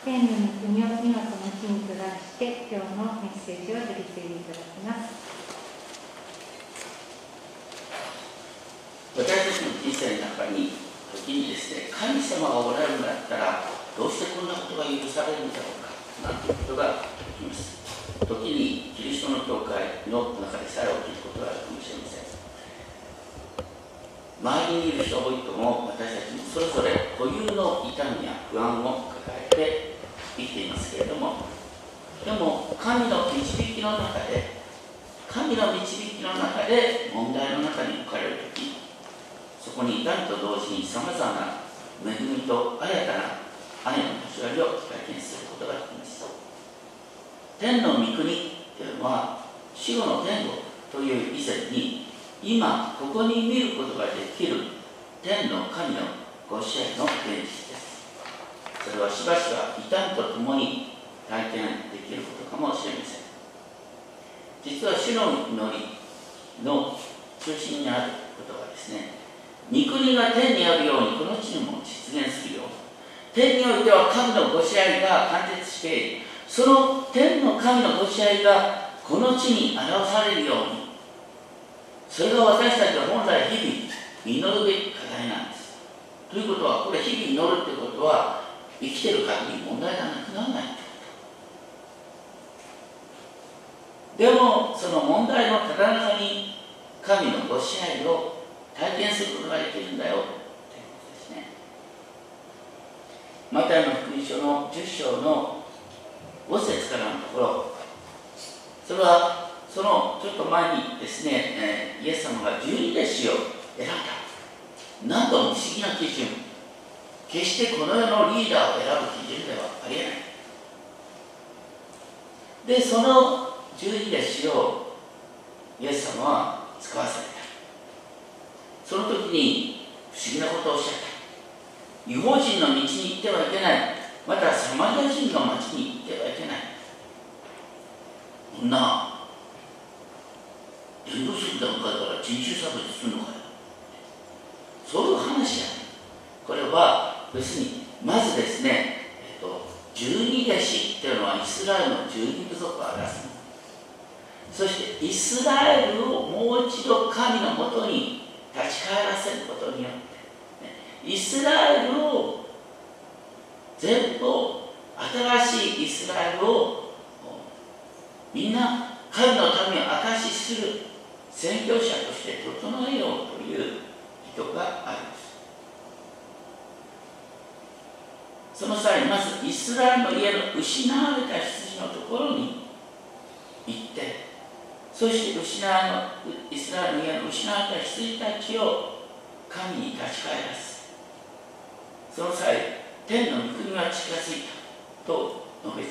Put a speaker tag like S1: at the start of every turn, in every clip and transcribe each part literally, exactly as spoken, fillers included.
S1: 天の御国を今この地に下して今日のメッセージを取り次いでいただきます。
S2: 私たちの人生の中に時にですね、神様がおられるんだったらどうしてこんなことが許されるんだろうかなんていうことが起きます。時にキリストの教会の中でさえ起きることがあるかもしれません。周りにいる人々も私たちもそれぞれ固有の痛みや不安を抱えて生きていますけれども、でも神の導きの中で神の導きの中で問題の中に置かれるとき、そこに痛みと同時にさまざまな恵みと新たな愛の交わりを体験することができます。天の御国というのは死後の天国という以前に今ここに見ることができる天の神のご支配の現実です。それはしばしば痛みとともに体験できることかもしれません。実は主の祈りの中心にあることはですね、御国が天にあるようにこの地にも実現するように、天においては神のご支配が完結している。その天の神のご支配がこの地に表されるように、それが私たちは本来日々祈るべき課題なんです。ということは、これ日々祈るということは生きてる限り問題がなくならないということ。でもその問題のただ中に神のご支配を体験することができるんだよということですね。マタイの福音書のじゅっ章のご節からのところ、それはそのちょっと前にですね、えー、イエス様が十二弟子を選んだ。なんとも不思議な基準。決してこの世のリーダーを選ぶ基準ではありえない。で、その十二弟子をイエス様は使わされた。その時に不思議なことをおっしゃった。異邦人の道に行ってはいけない。またサマリア人の町に行ってはいけない。こんな伝道する段階から人種差別するのかよ。そういう話やね。これは別にまずですね、えっと、十二弟子っていうのはイスラエルの十二部族を表すの。そしてイスラエルをもう一度神のもとに立ち返らせることによって、イスラエルを全部新しいイスラエルをみんな神の民を証しする宣教者として整えようという意図があります。その際にまずイスラエルの家の失われた羊のところに行って、そして失われのイスラエルの家の失われた羊たちを神に立ち返らす。その際、天の御国は近づいたと述べ伝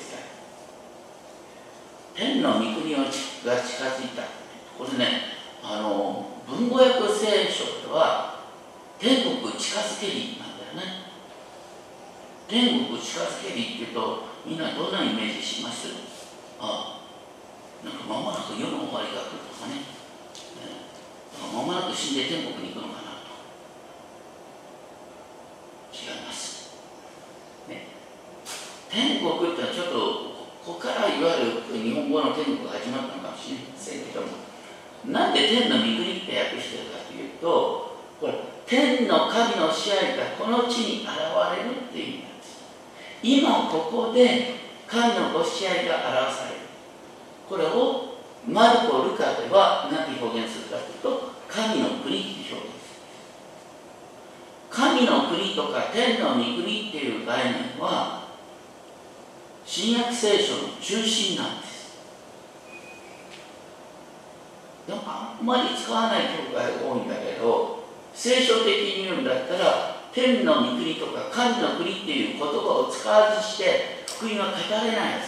S2: え、天の御国が近づいた。これね、あの文語訳聖書では天国近づけりなんだよね。天国近づけりっていうとみんなどんなイメージします？ああ、なんか間もなく世の終わりが来るとかね、えー、間もなく死んで天国に行くのかなと。違います、ね、天国ってのはちょっとここからいわゆる日本語の天国が始まったのかもしれませんけども、なんで天の御国って訳してるかというと、これ天の神の支配がこの地に現れるっていう意味なんです。今ここで神のご支配が表される。これをマルコ・ルカでは何て表現するかというと、神の国という表現です。神の国とか天の御国っていう概念は新約聖書の中心なんです。でもあんまり使わない教会が多いんだけど、聖書的に言うんだったら天の御国とか神の国っていう言葉を使わずして福音は語れないはずなんです。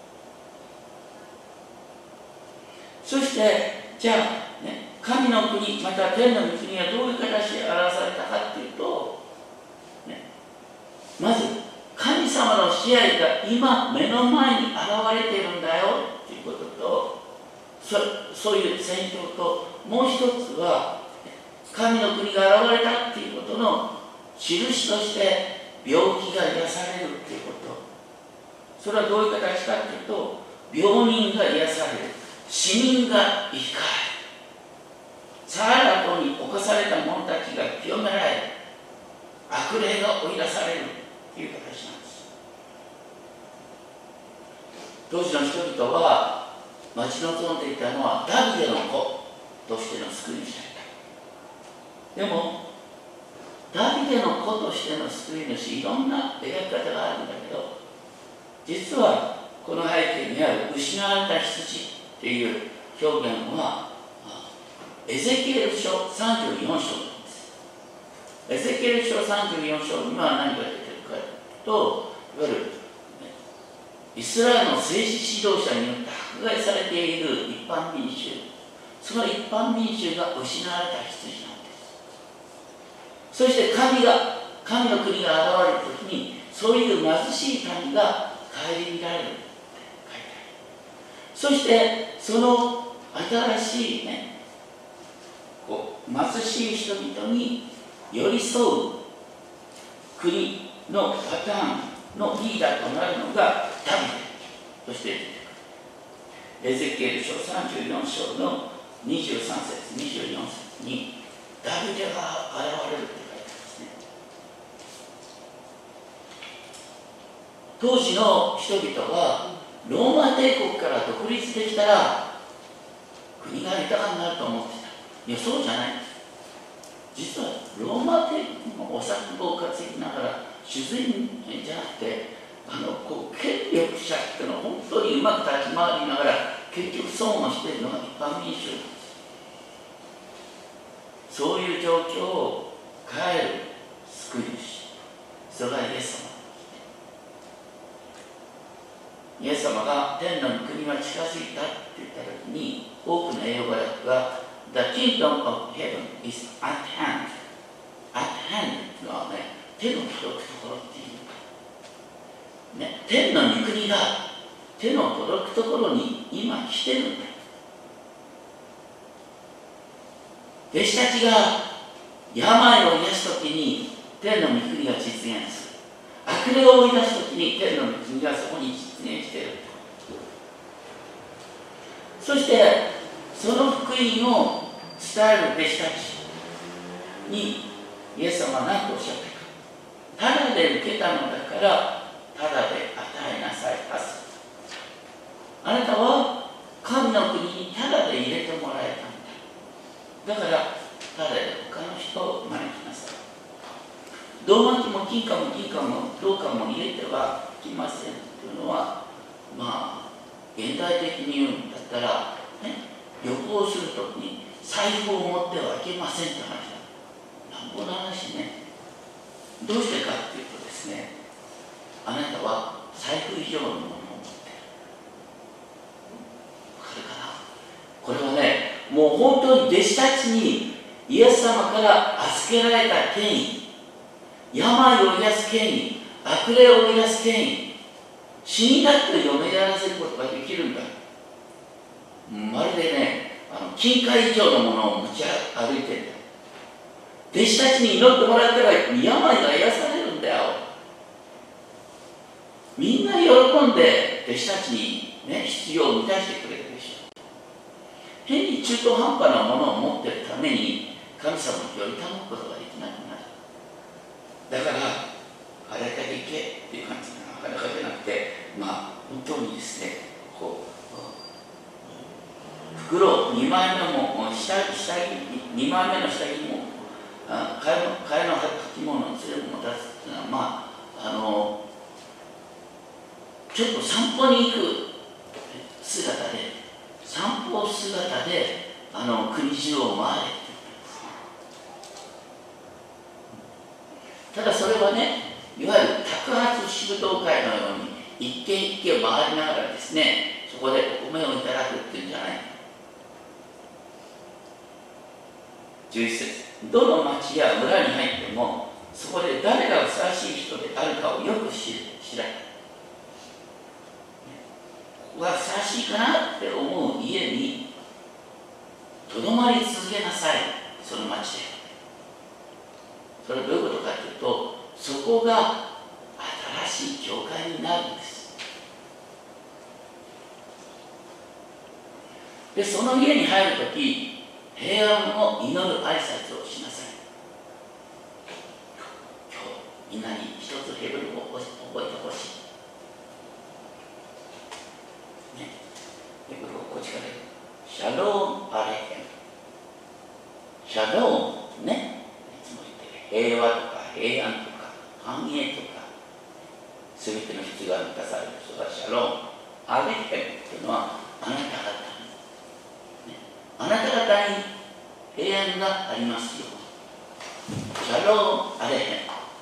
S2: そしてじゃあ、ね、神の国また天の御国はどういう形で表されたかっていうと、ね、まず神様の支配が今目の前に現れているんだよっていうことと、そ, そういう宣教と、もう一つは神の国が現れたっていうことの印として病気が癒されるっていうこと、 それはどういう形かというと、病人が癒される、死人が生き返る、サーラトに侵された者たちが清められる、悪霊が追い出されるという形なんです。当時の人々は待ち望んでいたのはダビデの子としての救い主だった。でもダビデの子としての救い主、いろんな描き方があるんだけど、実はこの背景にある失われた羊という表現はエゼキエル書さんじゅうよん章なんです。エゼキエル書さんじゅうよん章には何が出てるかというと、いわゆるイスラエルの政治指導者によって迫害されている一般民衆、その一般民衆が失われた羊なんです。そして神が神の国が現れるときに、そういう貧しい民が顧みられるって書いてある。そしてその新しいね、こう貧しい人々に寄り添う国のパターンのリーダーとなるのがダビデとして出てくる。エゼキエル書さんじゅうよん章のにじゅうさん節にじゅうよん節にダビデが現れるって書いてあるんですね。当時の人々はローマ帝国から独立できたら国が豊かになると思っていた。いや、そうじゃないんです。実はローマ帝国のお作法を担ぎながら主人じゃなくて、あのこう権力者っていうのは本当にうまく立ち回りながら結局損をしているのが一般民衆なんです。そういう状況を変える救い主、それがイエス様。イエス様が天の国は近づいたって言った時に、多くの英語訳が The kingdom of heaven is at hand。 at hand っていうのはね、手の届くところっていう、ね、天の御国が手の届くところに今来てるんだ。弟子たちが病を癒すときに天の御国が実現する。悪霊を追い出すときに天の御国がそこに実現している。そしてその福音を伝える弟子たちにイエス様は何とおっしゃったか。ただで受けたのだからただで与えなさいはず。あなたは神の国にただで入れてもらえたんだ。だからただで他の人を招きなさい。銅巻も金貨も銀貨も銅貨も入れてはきませんというのは、まあ現代的に言うんだったら、ね、旅行するときに財布を持ってはいけませんって話だ。なんぼの話ね。どうしてかっていうとですね、あなたは財布以上のものを持ってる。わかるかな。これはね、もう本当に弟子たちにイエス様から預けられた権威、病を癒す権威、悪霊を追い出す権威、死にだって嫁やらせることができるんだ。まるでね、あの金塊以上のものを持ち歩いてるんだ。弟子たちに祈ってもらったら病が癒されるんだよ。みんな喜んで弟子たちに、ね、必要を満たしてくれるでしょう。変に中途半端なものを持っているために神様により頼むことができなくなる。だからあれだけ行けっていう感じがなかなかじゃなくて、まあ本当にですね、こう袋にまいめも下下着にまいめの下着も替えの替えの履物を全部持たすっていうのは、まああのちょっと散歩に行く姿で散歩姿であの国中を回れって。ただそれはね、いわゆる托発修道会のように一軒一軒回りながらですね、そこでお米をいただくっていうんじゃない。じゅういち節、どの町や村に入ってもそこで誰がふさわしい人であるかをよく知る知らない。ここがふさわしいかなって思う家にとどまり続けなさい。その町で。それはどういうことかというと、そこが新しい教会になるんです。 でその家に入るとき、平安を祈る挨拶をしなさい。今日みんなに一つヘブル語を覚えてほしい、ね、ヘブル語こっちからシャローンアレヘン、シャローンね、いつも言ってる平和とか平安とか繁栄とかすべての必要が満たされる人がシャローンアレヘンっていうのはあなた方に、ね、あなた方に平安がありますよ。シャローンアレヘン、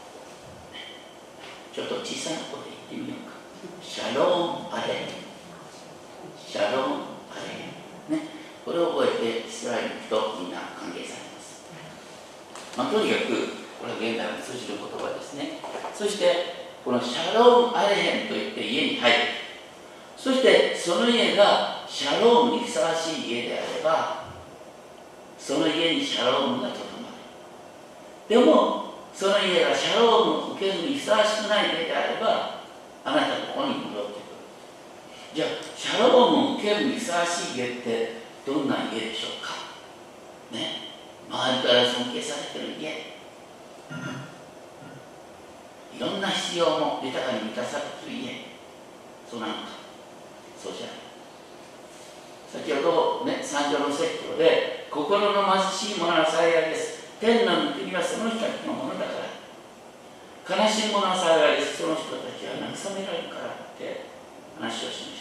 S2: ちょっと小さな声で言ってみようか。シャローンアレヘン、シャローンアレヘン、ね、これを覚えてイスラエルの人みんな歓迎されます。まあ、とにかくこれは現代の通じる言葉ですね。そしてこのシャローンアレヘンといって家に入る。そしてその家がシャロームにふさわしい家であれば、その家にシャロームがとどまる。でもその家がシャロームを受けるにふさわしくない家であれば、あなたのここに戻ってくる。じゃあシャロームを受けるにふさわしい家ってどんな家でしょうかね。周りから尊敬されてる家、いろんな必要も豊かに満たされている家、そうなのか、そうじゃない。先ほどね、三条の説教で、心の貧しい者は幸いです。天の御国はその人たちのものだから。悲しい者は幸いです。その人たちは慰められるからって話をしました。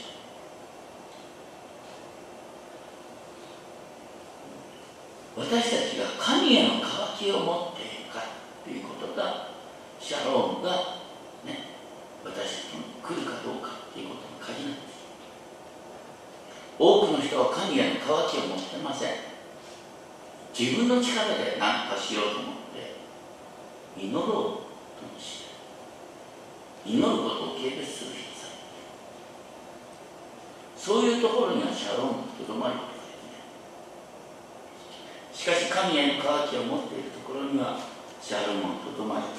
S2: 私たちが神への渇きを持っているかということが、シャロームが、ね、私たちに来るかどうかということの鍵なんです。多くの人は神への渇きを持ってません。自分の力で何かしようと思って祈ろうともしない。祈ることを軽蔑する人さえ、そういうところにはシャロームにとどまることができない。しかし神への渇きを持っているところにはシャロームにとどまるんだよ。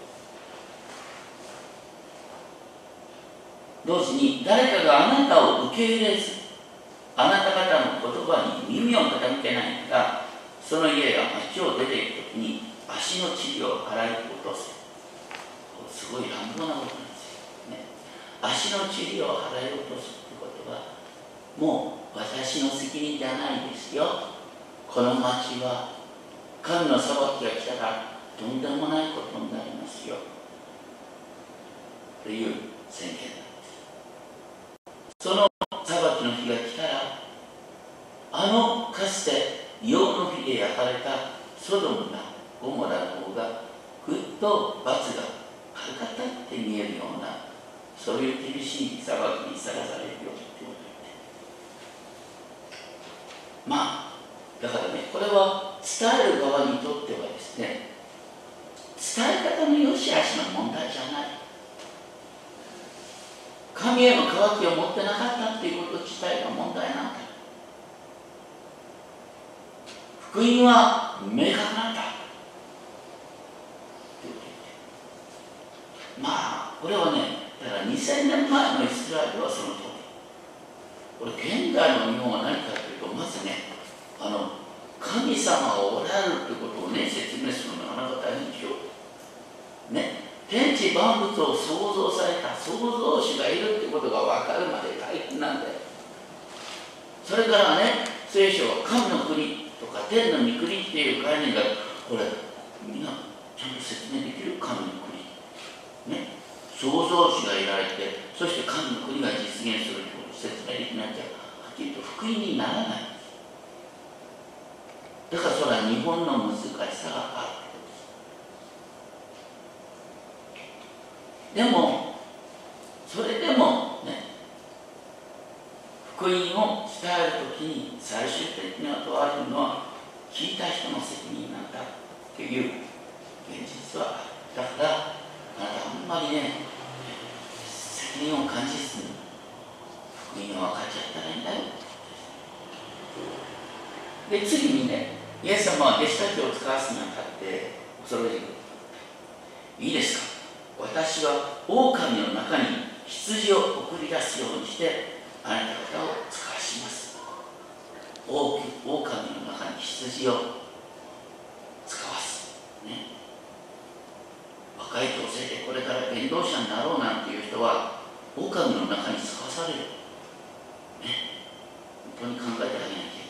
S2: 同時に誰かがあなたを受け入れず、あなた方の言葉に耳を傾けないなら、その家が町を出ていくときに足の塵を払い落とす。すごい乱暴なことなんですよ、ね。足の塵を払い落とすということは、もう私の責任じゃないですよ。この町は神の裁きが来たらとんでもないことになりますよという宣言なんです。その裁きの日が来たら、あのかつて硫黄の火で焼かれたソドムなゴモラの方がぐっと罰が軽かったって見えるような、そういう厳しい裁きにさらされるよってことで、まあだからね、これは伝える側にとってはですね、伝え方の良し悪しの問題じゃない。神への渇きを持ってなかったっていうこと自体が問題なんだ。福音は明確なんだ。まあこれはね、だからにせんねんまえのイスラエルはその通り。これ現代の日本は何かというと、まずね、あの神様がおられるということをね、説明するのがなかなか大変でしょう。ね。天地万物を創造された創造主がいるってことが分かるまで大変なんだよ。それからね、聖書は神の国とか天の御国っていう概念が、これみんなちゃんと説明できる。神の国ね、創造主がいられて、そして神の国が実現するということを説明できなきゃ、はっきりと福音にならない。だからそれは日本の難しさがある。でもそれでもね、福音を伝えるときに最終的には問われるのは聞いた人の責任なんだという現実はある。だからあなたあんまりね、責任を感じずに福音を分かっちゃったらいいんだよ。で次にね、イエス様は弟子たちを使わすにあたって恐ろしい。いいですか、私は狼の中に羊を送り出すようにしてあなた方を使わします。 狼の中に羊を使わす、ね、若い女性でこれから伝道者になろうなんていう人は狼の中に使わされる、ね、本当に考えてあげなきゃい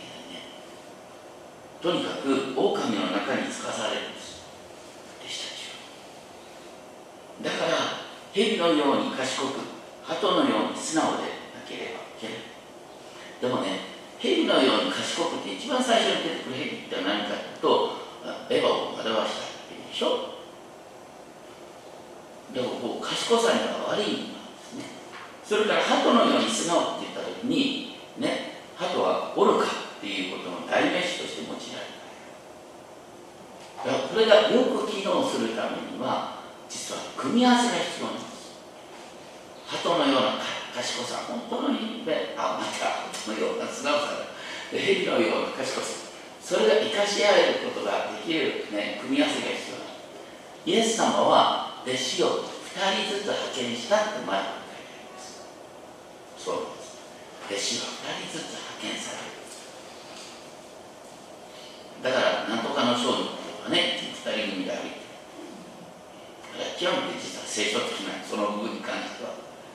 S2: けないね。とにかく狼の中に使わされるんです、弟子たちは。だから蛇のように賢く、鳩のように素直でなければいけない。でもね、蛇のように賢くって一番最初に出てくる蛇って何かというと、エヴァを表したっていうでしょ。でもこう賢さには悪いんですね。それから鳩のように素直って言った時にね、鳩は愚かっていうことの代名詞として用いられる。だからこれがよく機能するためには実は組み合わせが必要なんです。鳩のような賢さ、本当にね、あ、また鳩のような素直さだ。蛇のような賢さ、それが生かし合えることができる、ね、組み合わせが必要なんです。イエス様は弟子をふたりずつ派遣したって前に書いてあります。そうです。弟子はふたりずつ派遣される。だからなんとかの商人とかね、ふたり組で歩いて極めて実は聖書的なその部分に関しては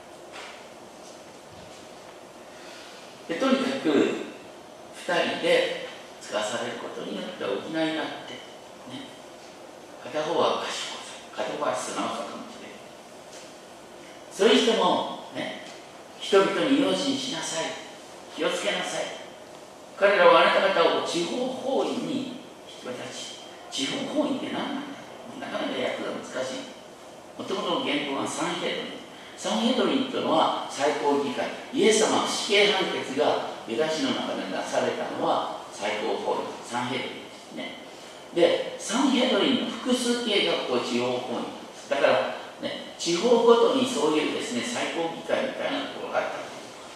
S2: で、とにかくふたりで使わされることによって補いになって、ね、片方は賢さ、片方は素直さかもしれない。それにしても、ね、人々に用心しなさい、気をつけなさい。彼らはあなた方を地方法院に引き渡し、地方法院って何なんだろう、なかなか訳が難しい。もともとの原文はサンヘドリン。サンヘドリンというのは最高議会、イエス様の死刑判決がユダ氏の中でなされたのは最高法院、サンヘドリンですね。で、サンヘドリンの複数形がこう地方法院です。だから、ね、地方ごとにそういうですね、最高議会みたいなところがあった。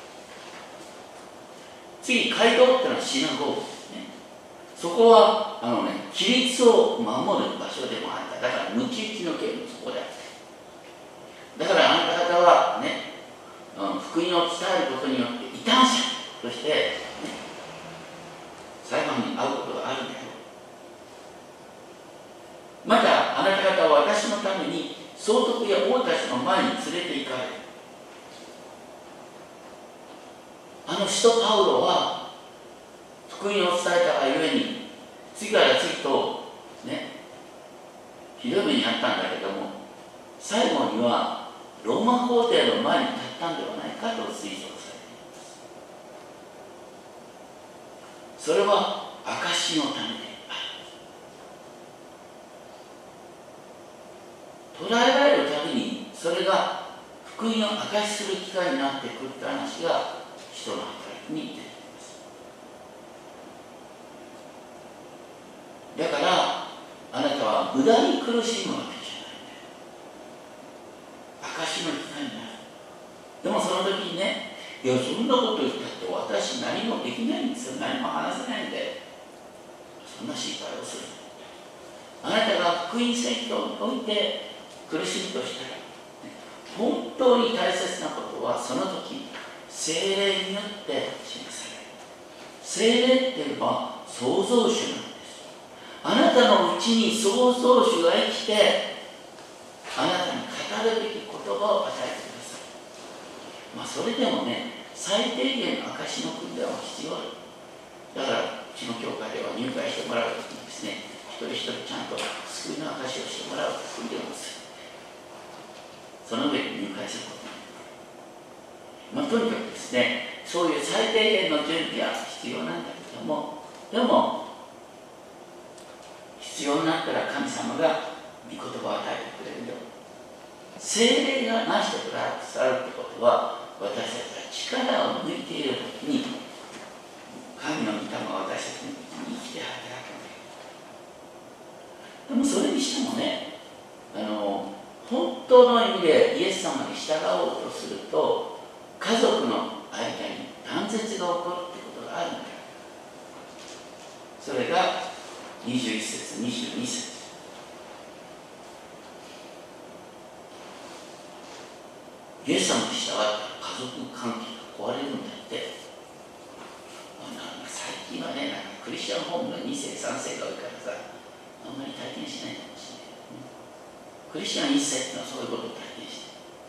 S2: 次、街道っていうのはシナゴーグですね。そこはあの、ね、規律を守る場所でもあった。だからムキ打ちの刑もそこであった。だからあなた方はね、うん、福音を伝えることによって異端者として、ね、裁判に遭うことがあるんだよ。またあなた方は私のために総督や王たちの前に連れて行かれる。あの使徒パウロは福音を伝えたがゆえに次から次とね、ひどい目にあったんだけども、最後にはローマ皇帝の前に立ったんではないかと推測されています。それは証のためである。捉えられるたびにそれが福音を証しする機会になってくるって話が使徒の働きに出てきます。だからあなたは無駄に苦しむわけじゃないんだよ。証の機会になる。でもその時にね、いやそんなこと言ったって私何もできないんですよ、何も話せないんで、そんな心配をする。あなたが福音宣教において苦しむとしたら、本当に大切なことはその時聖霊によって示される。聖霊っていうのは創造主なんです。あなたのうちに創造主が生きてあなたに語るべき言葉を与えてください。まあそれでもね、最低限の証の訓練は必要だ。だからうちの教会では入会してもらうときにですね、一人一人ちゃんと救いの証をしてもらう訓練をする。その上に入会することになる。まあとにかくですね、そういう最低限の準備は必要なんだけども、でも必要になったら神様が御言葉を与えてくれるよ。聖霊がなしてくださるってことは、私たちが力を抜いているときに神の御霊が私たちのうちに生きて働くんだよ。でもそれにしてもね、あの本当の意味でイエス様に従おうとすると家族の間に断絶が起こるってことがあるんだよ。それがにじゅういっ節、にじゅうに節。イエス様に従ったら家族関係が壊れるんだって。最最近はね、なんかクリスチャンホームのに世さん世が多いからさ、あんまり体験しないかもしれない、うん、クリスチャンいっ世っていうのはそういうことを体験して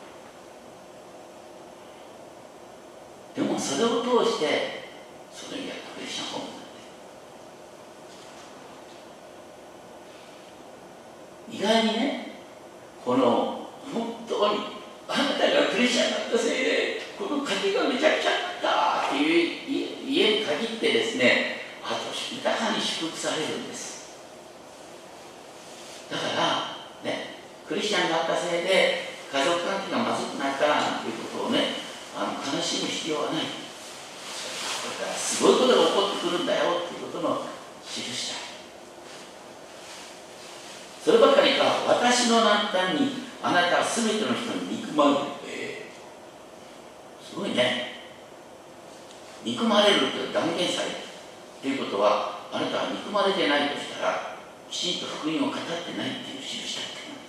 S2: 、でもそれを通してそれがクリスチャンホームなんで、意外にね、この本当にあなたがクリスチャンになったせいでこの鍵がめちゃくちゃになったっていう家に限ってですね、あと豊かに祝福されるんです。だからね、クリスチャンになったせいで家族関係がまずくなったなんていうことをね、あの悲しむ必要はない。これからすごいことが起こってくるんだよっていうことの印だ。そればかりか、私の難関にあなたは全ての人に憎まれる、えー、すごいね。憎まれると断言されるということは、あなたは憎まれてないとしたらきちんと福音を語ってないっていう印だってなんです。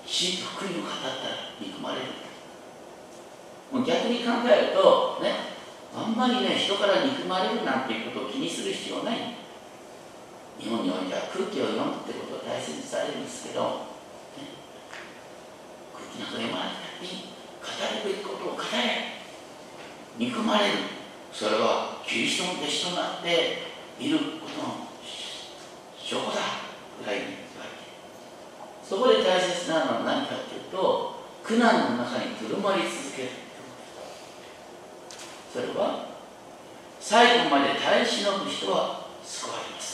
S2: きちんと福音を語ったら憎まれる。もう逆に考えるとね、あんまりね、人から憎まれるなんていうことを気にする必要ない。日本においては空気を読むってことを大切にされるんですけど、ね、空気など読まなくていい。語るべきことを語れ。憎まれる。それはキリストの弟子となっていることの証拠だぐらいに言われている。そこで大切なのは何かというと、苦難の中にとどまり続ける。それは最後まで耐え忍ぶ人は救われます。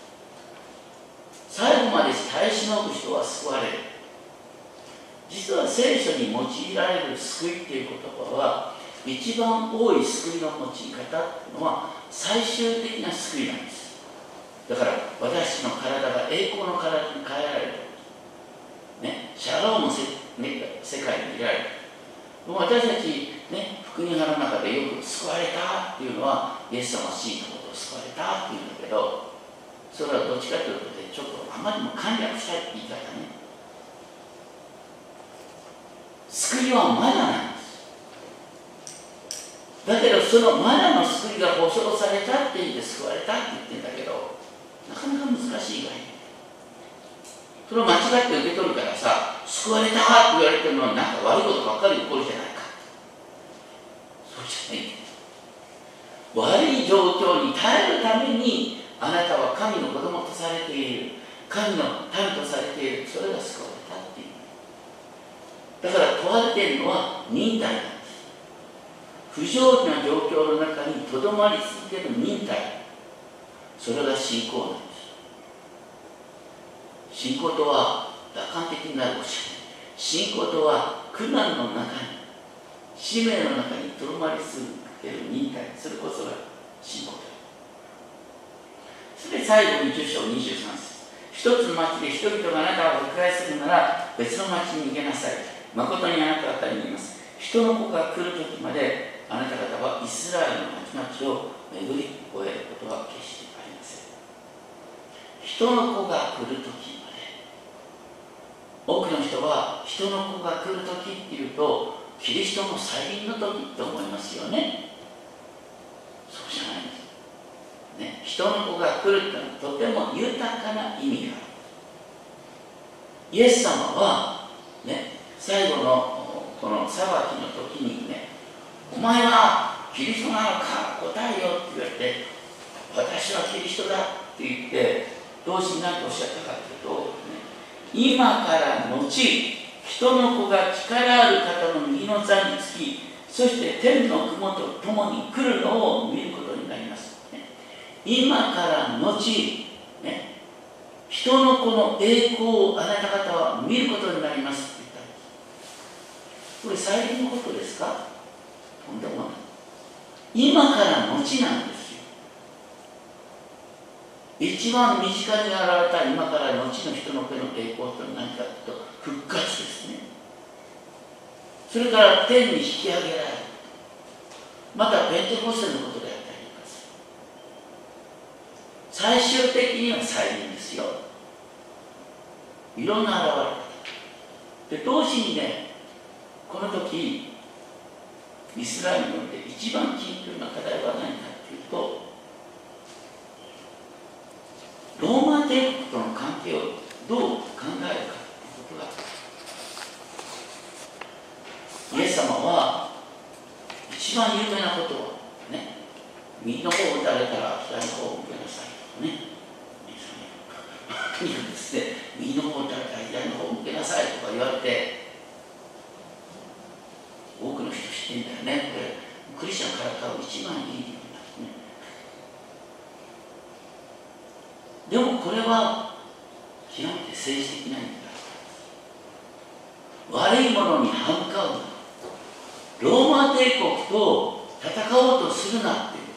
S2: 最後まで耐え忍ぶ人は救われる。実は聖書に用いられる救いっていう言葉は、一番多い救いの用い方っていうのは最終的な救いなんです。だから私の体が栄光の体に変えられる、ね、シャロームの世界にいられる。私たち、ね、福音派の中でよく救われたっていうのは、イエス様は死のことを救われたっていうんだけど、それはどっちかというとちょっとあまりにも簡略したいって言い方ね。救いはマナなんです。だけどそのマナの救いが保証されたって言って救われたって言ってんだけど、なかなか難しいわよ。それを間違って受け取るからさ、救われたって言われてるのはなんか悪いことばっかり起こるじゃないか。そうじゃない。悪い状況に耐えるためにあなたは神の子供とされている、神の民とされている。それが救われたっていう。だから問われているのは忍耐なんです。不条理な状況の中にとどまり続ける忍耐、それが信仰なんです。信仰とは楽観的になることじゃない。信仰とは苦難の中に、使命の中にとどまり続ける忍耐、それこそが信仰だ。それで最後にじゅっ章にじゅうさん節、一つの町で人々があなたを迫害するなら別の町に逃げなさい。誠にあなた方に言います。人の子が来る時まであなた方はイスラエルの町々を巡り終えることは決してありません。人の子が来る時まで。多くの人は人の子が来る時っていうとキリストの再臨の時って思いますよね。そうじゃないんです、ね、人の子が来るっていうのはとても豊かな意味がある。イエス様は、ね、最後のこの裁きの時にね、お前はキリストなのか答えよって言われて、私はキリストだって言って同時に何とおっしゃったかというと、ね、今から後人の子が力ある方の右の座につき、そして天の雲と共に来るのを見ることになります、ね、今から後、ね、人の子の栄光をあなた方は見ることになりますって言ったんです。これ再臨のことですか？とんでもない。今から後なんですよ。一番身近に現れた今から後の人の子の栄光というのは何かというと復活ですね。それから天に引き上げられる。またペンテコステのことであったります。最終的には再臨ですよ。いろんな現れ方で、同時にね、この時イスラエルにおいて一番緊急な課題は何か。 というと、ローマ帝国との関係をどう考えるかということが、イエス様は一番有名なことはね、右の方を打たれたら左の方を向けなさいとかね、言うんですね。右の方を打たれたら左の方を向けなさいとか言われて、多くの人知ってんだよね。これクリスチャンから買う一番いい理由なんですね。でもこれは極めて政治的な意味だ。悪いものに歯向かうな、ローマ帝国と戦おうとするなっていう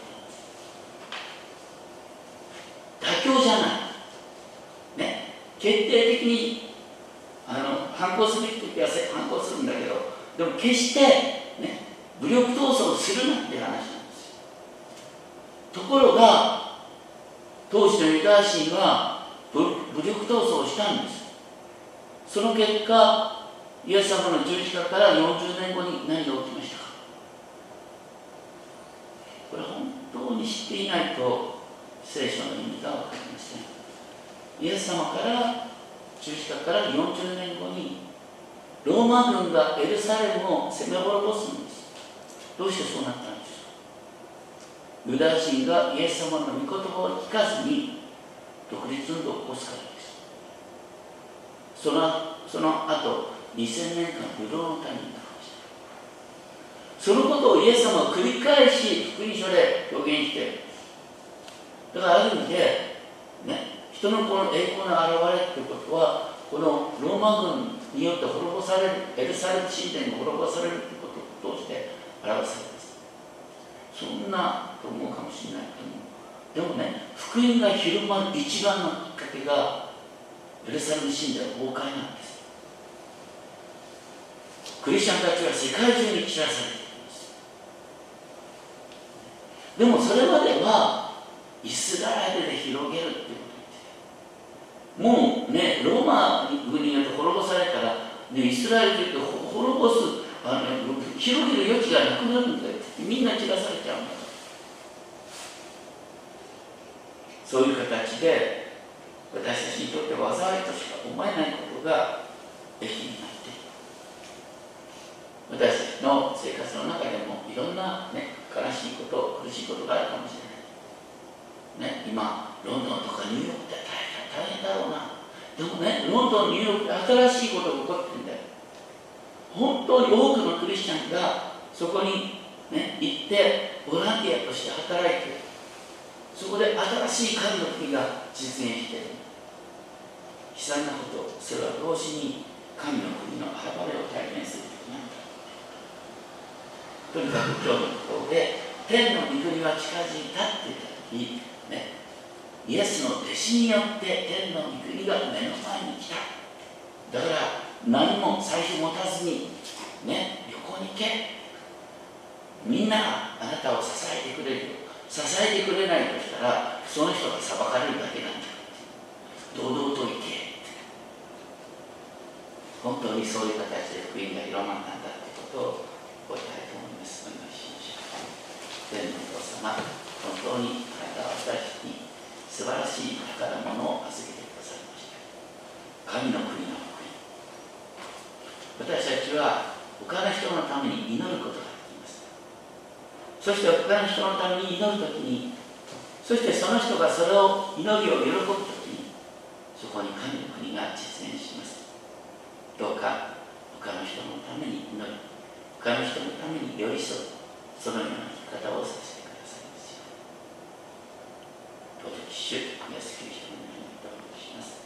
S2: こと。妥協じゃないね。決定的にあの反抗すべき時は反抗するんだけど、でも決して、ね、武力闘争をするなっていう話なんですよ。ところが当時のユダヤ人は武力闘争をしたんです。その結果、イエス様の十字架からよんじゅうねんごに何が起きましたか。これ本当に知っていないと聖書の意味が分かりません。イエス様から十字架からよんじゅうねんごにローマ軍がエルサレムを攻め滅ぼすんです。どうしてそうなったんですか。ユダヤ人がイエス様の御言葉を聞かずに独立運動を起こすからです。そのその後にせんねんかんブドウの谷になりました。そのことをイエス様は繰り返し福音書で表現している。だからある意味で、ね、人のこの栄光の現れということは、このローマ軍によって滅ぼされる、エルサレム神殿が滅ぼされるということを通して表されます。そんなと思うかもしれないけども、でもね、福音が広まる一番のきっかけがエルサレム神殿崩壊なんです。クリスチャンたちは世界中に散らされています。でもそれまではイスラエルで広げるっていうことです。もうね、ローマ軍によって滅ぼされたら、ね、イスラエルで滅ぼすあの広げる余地がなくなるんだよ。みんな散らされちゃうんだ。そういう形で私たちにとって災いとしか思えないことが益になっている。私たちの生活の中でもいろんな、ね、悲しいこと、苦しいことがあるかもしれない。ね、今、ロンドンとかニューヨークって大変、大変だろうな。でもね、ロンドン、ニューヨークで新しいことが起こってるんだよ。本当に多くのクリスチャンがそこに、ね、行ってボランティアとして働いている。そこで新しい神の国が実現している。悲惨なこと、それは同時に神の国の現れを体験することなんだ。とにかく今日のところで天の御国は近づいたって言った時、ね、イエスの弟子によって天の御国が目の前に来た。だから何も財布持たずに、ね、旅行に行け。みんながあなたを支えてくれるよ。支えてくれないとしたらその人が裁かれるだけなんだ。堂々と行け。本当にそういう形で福音が広まったんだということを覚えたいと思います。お祈りしましょう。天のお父様、本当にあなたは私たちに素晴らしい宝物を預けてくださいました。神の国の福音。私たちは他の人のために祈ることができます。そして他の人のために祈るときに、そしてその人がそれを祈りを喜ぶときに、そこに神の国が実現します。どうか他の人のために祈り、他の人のために寄り添う、そのような生き方をさせてくださいますように。尊き主イエスキリストの名によってお願いします。